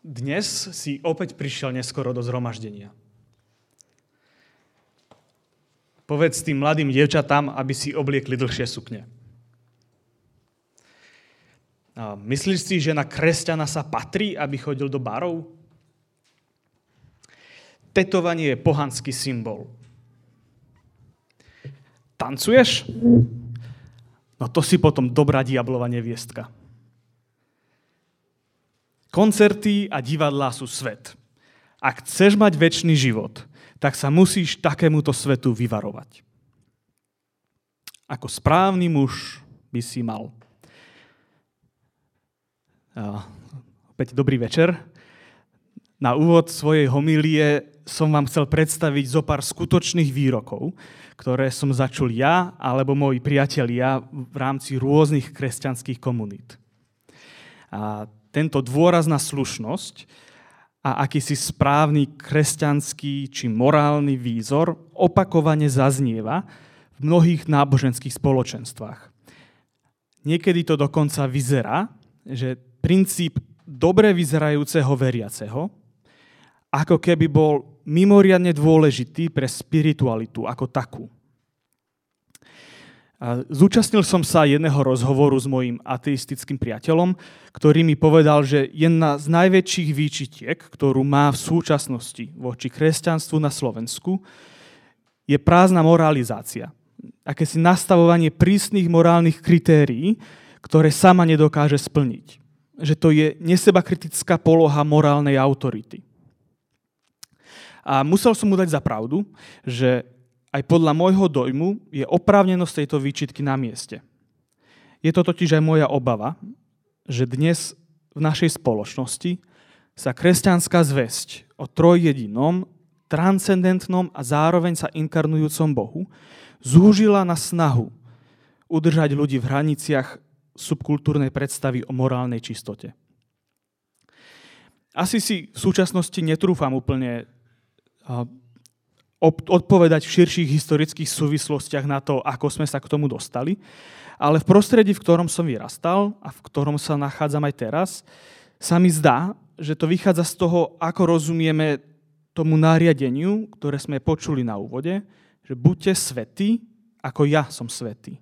Dnes si opäť prišiel neskoro do zhromaždenia. Povedz tým mladým dievčatám, aby si obliekli dlhšie sukne. A myslíš si, že na kresťana sa patrí, aby chodil do barov? Tetovanie je pohanský symbol. Tancuješ? No to si potom dobrá diablova neviestka. Koncerty a divadlá sú svet. Ak chceš mať večný život, tak sa musíš takémuto svetu vyvarovať. Ako správny muž by si mal. Opäť dobrý večer. Na úvod svojej homílie som vám chcel predstaviť zo pár skutočných výrokov, ktoré som začul ja alebo moji priatelia v rámci rôznych kresťanských komunít. A tento dôraz na slušnosť a akýsi správny kresťanský či morálny výzor opakovane zaznieva v mnohých náboženských spoločenstvách. Niekedy to dokonca vyzerá, že princíp dobre vyzerajúceho veriaceho ako keby bol mimoriadne dôležitý pre spiritualitu ako takú. Zúčastnil som sa jedného rozhovoru s mojím ateistickým priateľom, ktorý mi povedal, že jedna z najväčších výčitiek, ktorú má v súčasnosti voči kresťanstvu na Slovensku, je prázdna moralizácia. Akési nastavovanie prísnych morálnych kritérií, ktoré sama nedokáže splniť. Že to je nesebakritická poloha morálnej autority. A musel som mu dať za pravdu, že aj podľa môjho dojmu je oprávnenosť tejto výčitky na mieste. Je to totiž aj moja obava, že dnes v našej spoločnosti sa kresťanská zvesť o trojjedinom, transcendentnom a zároveň sa inkarnujúcom Bohu zúžila na snahu udržať ľudí v hraniciach subkultúrnej predstavy o morálnej čistote. Asi si v súčasnosti netrúfam úplne odpovedať v širších historických súvislostiach na to, ako sme sa k tomu dostali, ale v prostredí, v ktorom som vyrastal a v ktorom sa nachádzam aj teraz, sa mi zdá, že to vychádza z toho, ako rozumieme tomu nariadeniu, ktoré sme počuli na úvode, že buďte svätí, ako ja som svätý.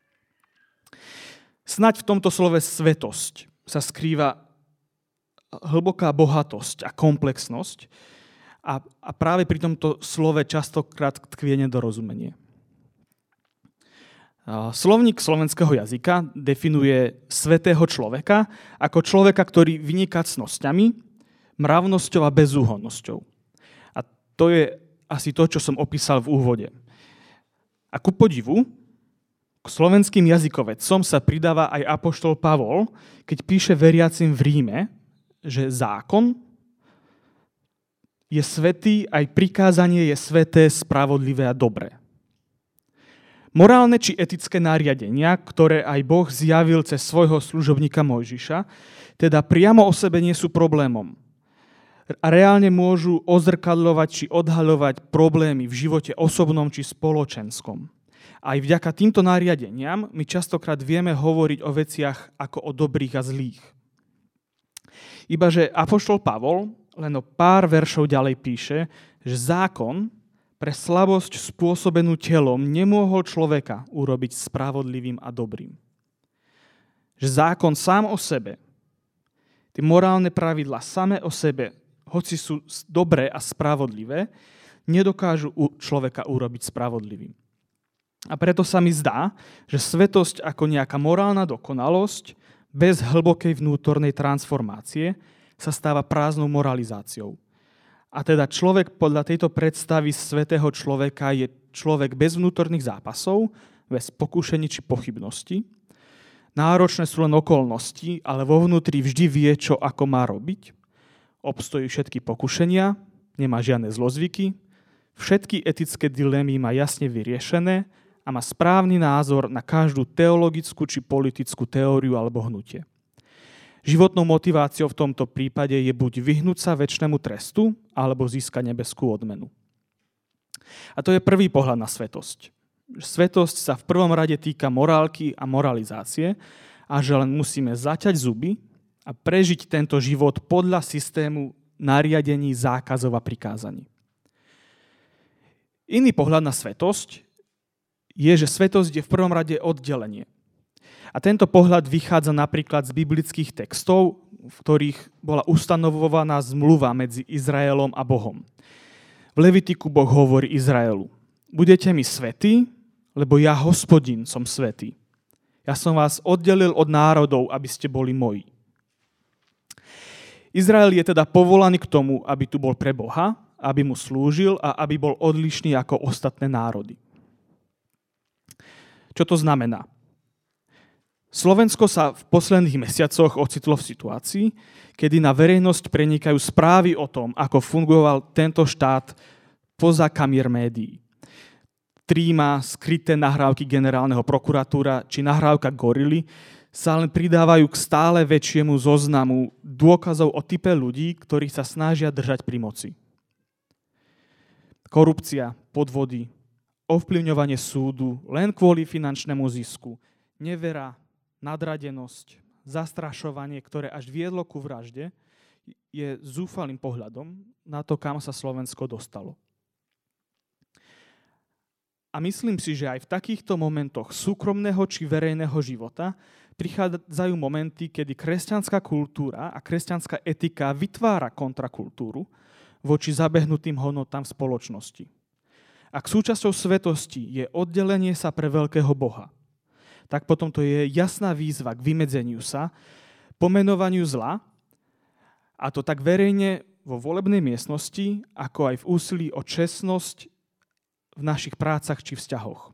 Snaď v tomto slove svetosť sa skrýva hlboká bohatosť a komplexnosť, a práve pri tomto slove častokrát tkvie nedorozumenie. Slovník slovenského jazyka definuje svätého človeka ako človeka, ktorý vyniká cnosťami, mravnosťou a bezúhonnosťou. A to je asi to, čo som opísal v úvode. A ku podivu, k slovenským jazykovedcom sa pridáva aj apoštol Pavol, keď píše veriacim v Ríme, že zákon je svätý, aj prikázanie je sväté, spravodlivé a dobré. Morálne či etické nariadenia, ktoré aj Boh zjavil cez svojho služobníka Mojžiša, teda priamo o sebe nie sú problémom. A reálne môžu ozrkadľovať či odhaľovať problémy v živote osobnom či spoločenskom. Aj vďaka týmto nariadeniam my častokrát vieme hovoriť o veciach ako o dobrých a zlých. Ibaže apoštol Pavol len o pár veršov ďalej píše, že zákon pre slabosť spôsobenú telom nemohol človeka urobiť spravodlivým a dobrým. Že zákon sám o sebe, tie morálne pravidlá samé o sebe, hoci sú dobré a spravodlivé, nedokážu človeka urobiť spravodlivým. A preto sa mi zdá, že svetosť ako nejaká morálna dokonalosť bez hlbokej vnútornej transformácie sa stáva prázdnou moralizáciou. A teda človek podľa tejto predstavy svätého človeka je človek bez vnútorných zápasov, bez pokušení či pochybností. Náročné sú len okolnosti, ale vo vnútri vždy vie, čo ako má robiť. Obstojí všetky pokušenia, nemá žiadne zlozvyky, všetky etické dilémy má jasne vyriešené a má správny názor na každú teologickú či politickú teóriu alebo hnutie. Životnou motiváciou v tomto prípade je buď vyhnúť sa večnému trestu, alebo získať nebeskú odmenu. A to je prvý pohľad na svetosť. Svetosť sa v prvom rade týka morálky a moralizácie a že len musíme zaťať zuby a prežiť tento život podľa systému nariadení, zákazov a prikázaní. Iný pohľad na svetosť je, že svetosť je v prvom rade oddelenie. A tento pohľad vychádza napríklad z biblických textov, v ktorých bola ustanovovaná zmluva medzi Izraelom a Bohom. V Levitiku Boh hovorí Izraelu: budete mi svätí, lebo ja, Hospodin, som svätý. Ja som vás oddelil od národov, aby ste boli moji. Izrael je teda povolaný k tomu, aby tu bol pre Boha, aby mu slúžil a aby bol odlišný ako ostatné národy. Čo to znamená? Slovensko sa v posledných mesiacoch ocitlo v situácii, kedy na verejnosť prenikajú správy o tom, ako fungoval tento štát poza kamier médií. Tríma, skryté nahrávky generálneho prokuratúra či nahrávka Gorily sa len pridávajú k stále väčšiemu zoznamu dôkazov o type ľudí, ktorí sa snažia držať pri moci. Korupcia, podvody, ovplyvňovanie súdu len kvôli finančnému zisku, nevera, nadradenosť, zastrašovanie, ktoré až viedlo ku vražde, je zúfalým pohľadom na to, kam sa Slovensko dostalo. A myslím si, že aj v takýchto momentoch súkromného či verejného života prichádzajú momenty, kedy kresťanská kultúra a kresťanská etika vytvára kontrakultúru voči zabehnutým hodnotám v spoločnosti. Ak súčasťou svetosti je oddelenie sa pre veľkého Boha, tak potom to je jasná výzva k vymedzeniu sa, pomenovaniu zla, a to tak verejne vo volebnej miestnosti, ako aj v úsilí o čestnosť v našich prácach či vzťahoch.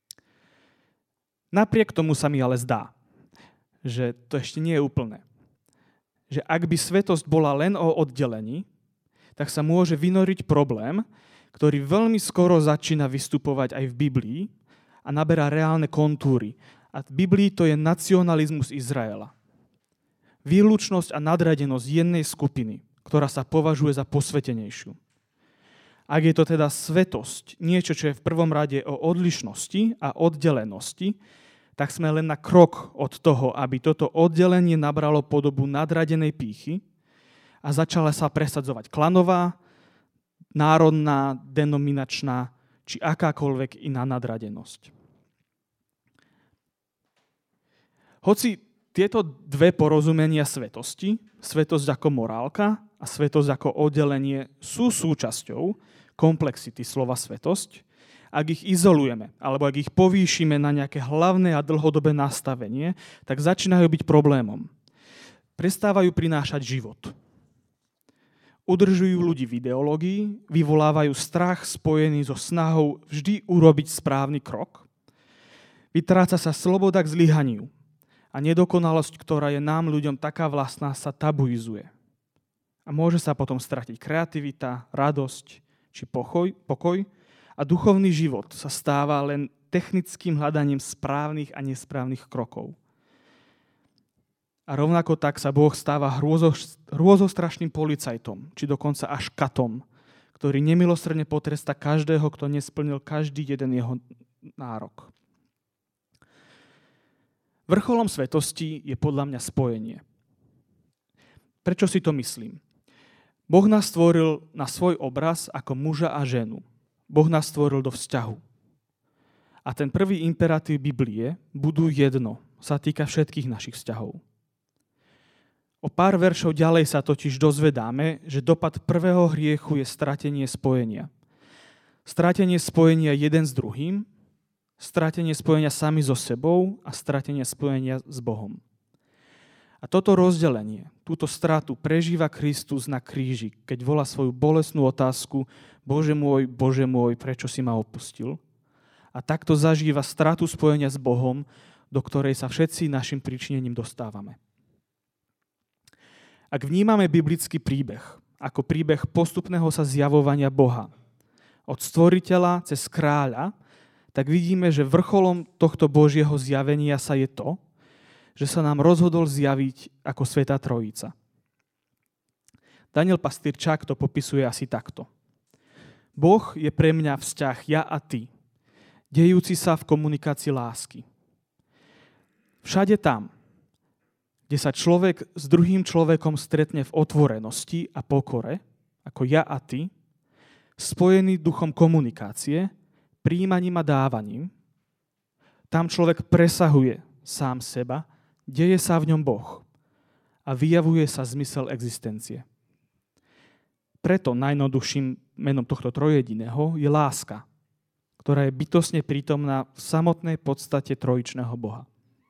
Napriek tomu sa mi ale zdá, že to ešte nie je úplné. Že ak by svetosť bola len o oddelení, tak sa môže vynoriť problém, ktorý veľmi skoro začína vystupovať aj v Biblii a naberá reálne kontúry. A v Biblii to je nacionalizmus Izraela. Výlučnosť a nadradenosť jednej skupiny, ktorá sa považuje za posvetenejšiu. Ak je to teda svetosť, niečo, čo je v prvom rade o odlišnosti a oddelenosti, tak sme len na krok od toho, aby toto oddelenie nabralo podobu nadradenej pýchy a začala sa presadzovať klanová, národná, denominačná či akákoľvek iná nadradenosť. Hoci tieto dve porozumenia svetosti, svetosť ako morálka a svetosť ako oddelenie, sú súčasťou komplexity slova svetosť, ak ich izolujeme, alebo ak ich povýšime na nejaké hlavné a dlhodobé nastavenie, tak začínajú byť problémom. Prestávajú prinášať život. Udržujú ľudí v ideológii, vyvolávajú strach spojený so snahou vždy urobiť správny krok. Vytráca sa sloboda k zlyhaniu a nedokonalosť, ktorá je nám ľuďom taká vlastná, sa tabuizuje. A môže sa potom stratiť kreativita, radosť či pokoj a duchovný život sa stáva len technickým hľadaním správnych a nesprávnych krokov. A rovnako tak sa Boh stáva hrôzostrašným policajtom, či dokonca až katom, ktorý nemilosrdne potrestá každého, kto nesplnil každý jeden jeho nárok. Vrcholom svetosti je podľa mňa spojenie. Prečo si to myslím? Boh nás stvoril na svoj obraz ako muža a ženu. Boh nás stvoril do vzťahu. A ten prvý imperatív Biblie, buduj jedno, sa týka všetkých našich vzťahov. O pár veršov ďalej sa totiž dozvedáme, že dopad prvého hriechu je stratenie spojenia. Stratenie spojenia jeden s druhým, stratenie spojenia sami so sebou a stratenie spojenia s Bohom. A toto rozdelenie, túto stratu prežíva Kristus na kríži, keď volá svoju bolestnú otázku: Bože môj, prečo si ma opustil? A takto zažíva stratu spojenia s Bohom, do ktorej sa všetci našim pričinením dostávame. Ak vnímame biblický príbeh ako príbeh postupného sa zjavovania Boha, od stvoriteľa cez kráľa, tak vidíme, že vrcholom tohto Božieho zjavenia sa je to, že sa nám rozhodol zjaviť ako Svätá Trojica. Daniel Pastýrčák to popisuje asi takto. Boh je pre mňa vzťah ja a ty, dejúci sa v komunikácii lásky. Všade tam, kde sa človek s druhým človekom stretne v otvorenosti a pokore, ako ja a ty, spojený duchom komunikácie, prijímaním a dávaním. Tam človek presahuje sám seba, deje sa v ňom Boh a vyjavuje sa zmysel existencie. Preto najjednoduchším menom tohto trojjediného je láska, ktorá je bytostne prítomná v samotnej podstate trojičného Boha.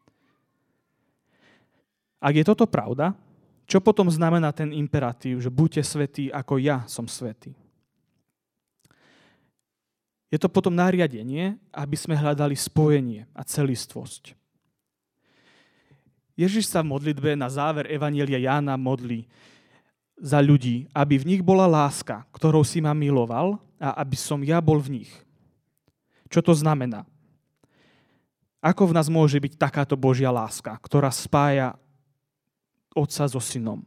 Ak je toto pravda, čo potom znamená ten imperatív, že buďte svätí, ako ja som svätý? Je to potom nariadenie, aby sme hľadali spojenie a celistvosť. Ježiš sa v modlitbe na záver Evanjelia Jána modlí za ľudí, aby v nich bola láska, ktorou si ma miloval a aby som ja bol v nich. Čo to znamená? Ako v nás môže byť takáto Božia láska, ktorá spája Otca so Synom?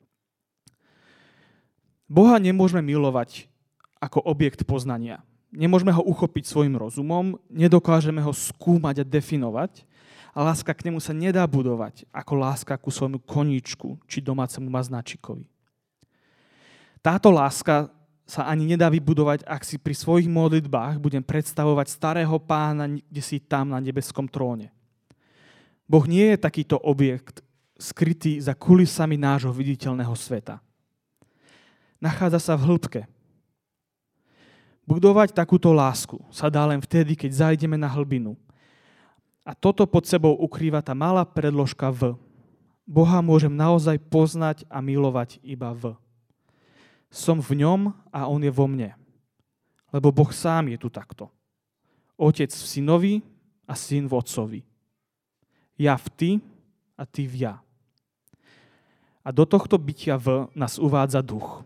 Boha nemôžeme milovať ako objekt poznania. Nemôžeme ho uchopiť svojim rozumom, nedokážeme ho skúmať a definovať a láska k nemu sa nedá budovať ako láska ku svojmu koníčku či domácemu maznačikovi. Táto láska sa ani nedá vybudovať, ak si pri svojich modlitbách budem predstavovať starého Pána, kde si tam na nebeskom tróne. Boh nie je takýto objekt skrytý za kulisami nášho viditeľného sveta. Nachádza sa v hĺbke. Budovať takúto lásku sa dá len vtedy, keď zájdeme na hlbinu. A toto pod sebou ukrýva tá malá predložka v. Boha môžem naozaj poznať a milovať iba v. Som v ňom a on je vo mne. Lebo Boh sám je tu takto. Otec v synovi a syn v otcovi. Ja v ty a ty v ja. A do tohto bytia v nás uvádza duch.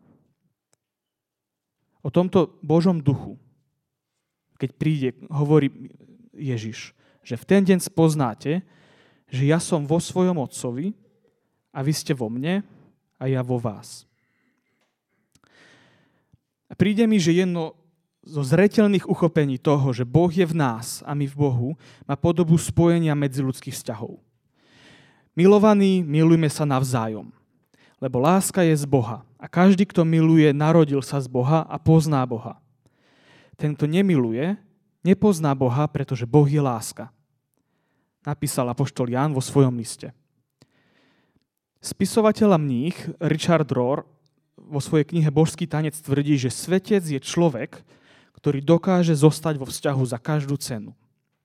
O tomto Božom duchu, keď príde, hovorí Ježiš, že v ten deň spoznáte, že ja som vo svojom Otcovi a vy ste vo mne a ja vo vás. A príde mi, že jedno zo zreteľných uchopení toho, že Boh je v nás a my v Bohu, má podobu spojenia medziľudských vzťahov. Milovaní, milujme sa navzájom, lebo láska je z Boha. A každý, kto miluje, narodil sa z Boha a pozná Boha. Ten, kto nemiluje, nepozná Boha, pretože Boh je láska. Napísal apoštol Ján vo svojom liste. Spisovateľ a mních Richard Rohr vo svojej knihe Božský tanec tvrdí, že svetec je človek, ktorý dokáže zostať vo vzťahu za každú cenu.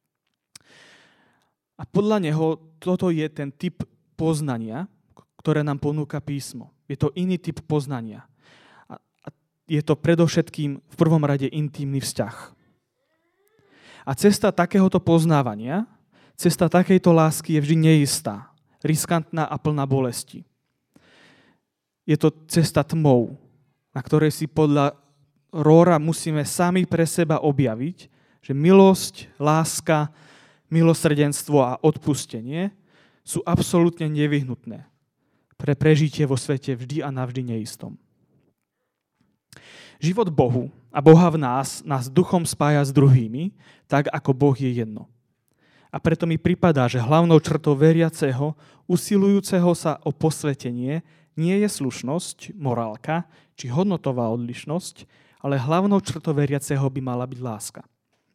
A podľa neho toto je ten typ poznania, ktoré nám ponúka písmo. Je to iný typ poznania. A je to predovšetkým v prvom rade intímny vzťah. A cesta takéhoto poznávania, cesta takejto lásky je vždy neistá, riskantná a plná bolesti. Je to cesta tmou, na ktorej si podľa Rohra musíme sami pre seba objaviť, že milosť, láska, milosrdenstvo a odpustenie sú absolútne nevyhnutné pre prežitie vo svete vždy a navždy neistom. Život Bohu a Boha v nás duchom spája s druhými, tak ako Boh je jedno. A preto mi pripadá, že hlavnou črtou veriaceho, usilujúceho sa o posvetenie, nie je slušnosť, morálka či hodnotová odlišnosť, ale hlavnou črtou veriaceho by mala byť láska.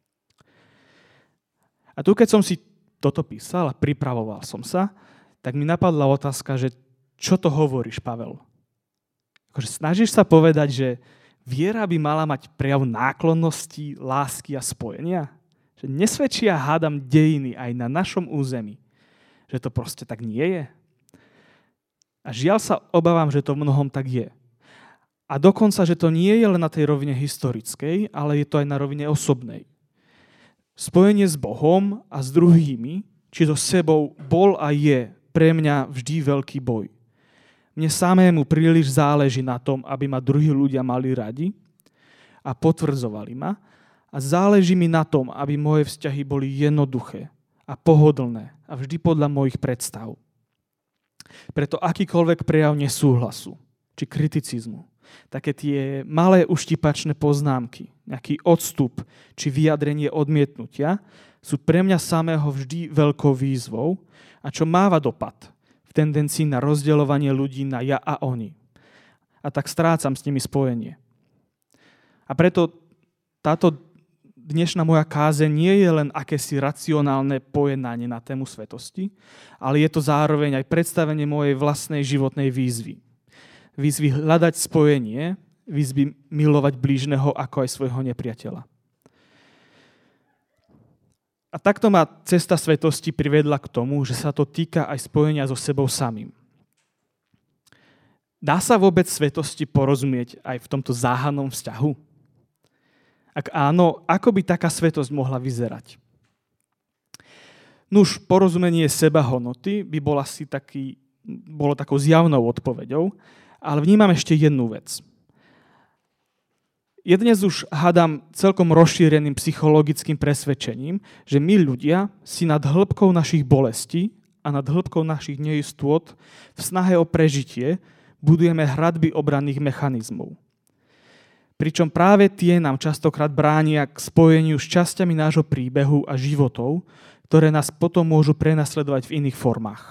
A tu, keď som si toto písal a pripravoval som sa, tak mi napadla otázka, že čo to hovoríš, Pavel? Akože snažíš sa povedať, že viera by mala mať prejav náklonnosti, lásky a spojenia? Že nesvedčia, hádam, dejiny aj na našom území. Že to proste tak nie je. A žiaľ sa obávam, že to v mnohom tak je. A dokonca, že to nie je len na tej rovine historickej, ale je to aj na rovine osobnej. Spojenie s Bohom a s druhými, či so sebou, bol a je pre mňa vždy veľký boj. Mne samému príliš záleží na tom, aby ma druhí ľudia mali radi a potvrdzovali ma. A záleží mi na tom, aby moje vzťahy boli jednoduché a pohodlné a vždy podľa mojich predstav. Preto akýkoľvek prejav nesúhlasu či kriticizmu, také tie malé uštipačné poznámky, nejaký odstup či vyjadrenie odmietnutia sú pre mňa samého vždy veľkou výzvou a čo máva dopad v tendencii na rozdeľovanie ľudí na ja a oni. A tak strácam s nimi spojenie. A preto táto dnešná moja kázeň nie je len akési racionálne pojednanie na tému svetosti, ale je to zároveň aj predstavenie mojej vlastnej životnej výzvy. Výzvy hľadať spojenie, výzvy milovať blížneho ako aj svojho nepriateľa. A takto ma cesta svetosti priviedla k tomu, že sa to týka aj spojenia so sebou samým. Dá sa vôbec svetosti porozumieť aj v tomto záhadnom vzťahu? Ak áno, ako by taká svetosť mohla vyzerať? Nuž, porozumenie sebahodnoty by bolo takou zjavnou odpoveďou, ale vnímam ešte jednu vec. Je dnes už, hádam, celkom rozšíreným psychologickým presvedčením, že my ľudia si nad hĺbkou našich bolestí a nad hĺbkou našich neistôt v snahe o prežitie budujeme hradby obranných mechanizmov. Pričom práve tie nám častokrát bránia k spojeniu s časťami nášho príbehu a životov, ktoré nás potom môžu prenasledovať v iných formách.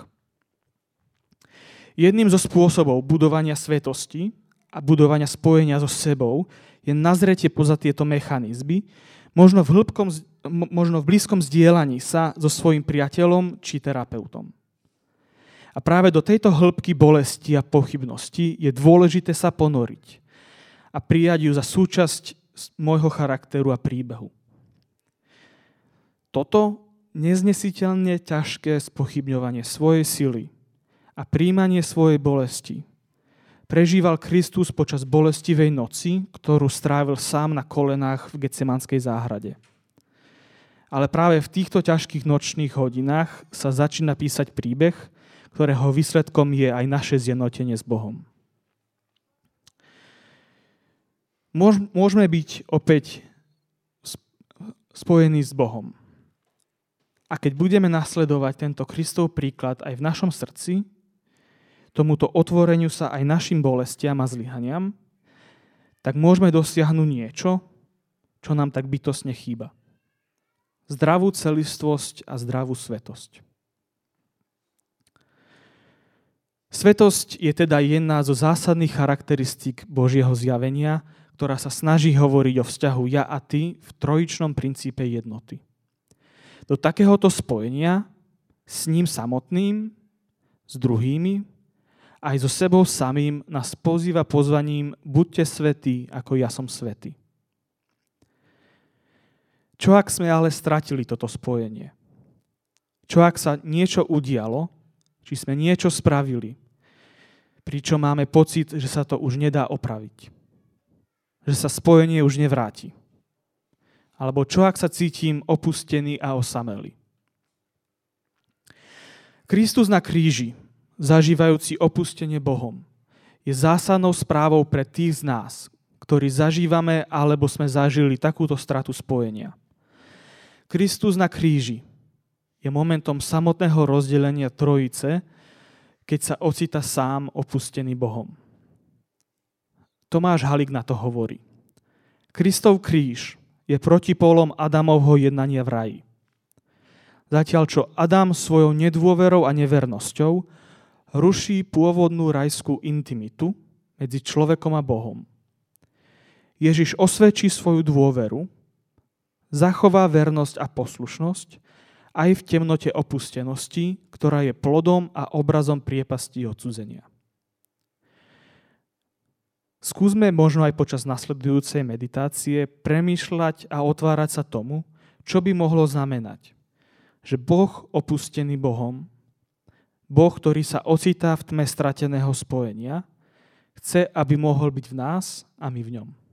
Jedným zo spôsobov budovania svetosti a budovania spojenia so sebou je nazretie poza tieto mechanizmy, možno v blízkom zdieľaní sa so svojím priateľom či terapeutom. A práve do tejto hĺbky bolesti a pochybnosti je dôležité sa ponoriť a prijať ju za súčasť môjho charakteru a príbehu. Toto neznesiteľne ťažké spochybňovanie svojej sily a príjmanie svojej bolesti prežíval Kristus počas bolestivej noci, ktorú strávil sám na kolenách v Getsemanskej záhrade. Ale práve v týchto ťažkých nočných hodinách sa začína písať príbeh, ktorého výsledkom je aj naše zjednotenie s Bohom. Môžeme byť opäť spojení s Bohom. A keď budeme nasledovať tento Kristov príklad aj v našom srdci, tomuto otvoreniu sa aj našim bolestiam a zlyhaniam, tak môžeme dosiahnuť niečo, čo nám tak bytostne chýba. Zdravú celistvosť a zdravú svetosť. Svetosť je teda jedna zo zásadných charakteristík Božieho zjavenia, ktorá sa snaží hovoriť o vzťahu ja a ty v trojičnom princípe jednoty. Do takéhoto spojenia s ním samotným, s druhými, aj so sebou samým nás pozýva pozvaním buďte svätí, ako ja som svätý. Čo ak sme ale stratili toto spojenie? Čo ak sa niečo udialo, či sme niečo spravili, pričom máme pocit, že sa to už nedá opraviť? Že sa spojenie už nevráti? Alebo čo ak sa cítim opustený a osamelý? Kristus na kríži, zažívajúci opustenie Bohom, je zásadnou správou pre tých z nás, ktorí zažívame alebo sme zažili takúto stratu spojenia. Kristus na kríži je momentom samotného rozdelenia trojice, keď sa ocita sám opustený Bohom. Tomáš Halík na to hovorí. Kristov kríž je protipólom Adamovho jednania v raji. Zatiaľ, čo Adam svojou nedôverou a nevernosťou ruší pôvodnú rajskú intimitu medzi človekom a Bohom. Ježiš osvedčí svoju dôveru, zachová vernosť a poslušnosť aj v temnote opustenosti, ktorá je plodom a obrazom priepasti odcudzenia. Skúsme možno aj počas nasledujúcej meditácie premýšľať a otvárať sa tomu, čo by mohlo znamenať, že Boh opustený Bohom, Boh, ktorý sa ocitá v tme strateného spojenia, chce, aby mohol byť v nás a my v ňom.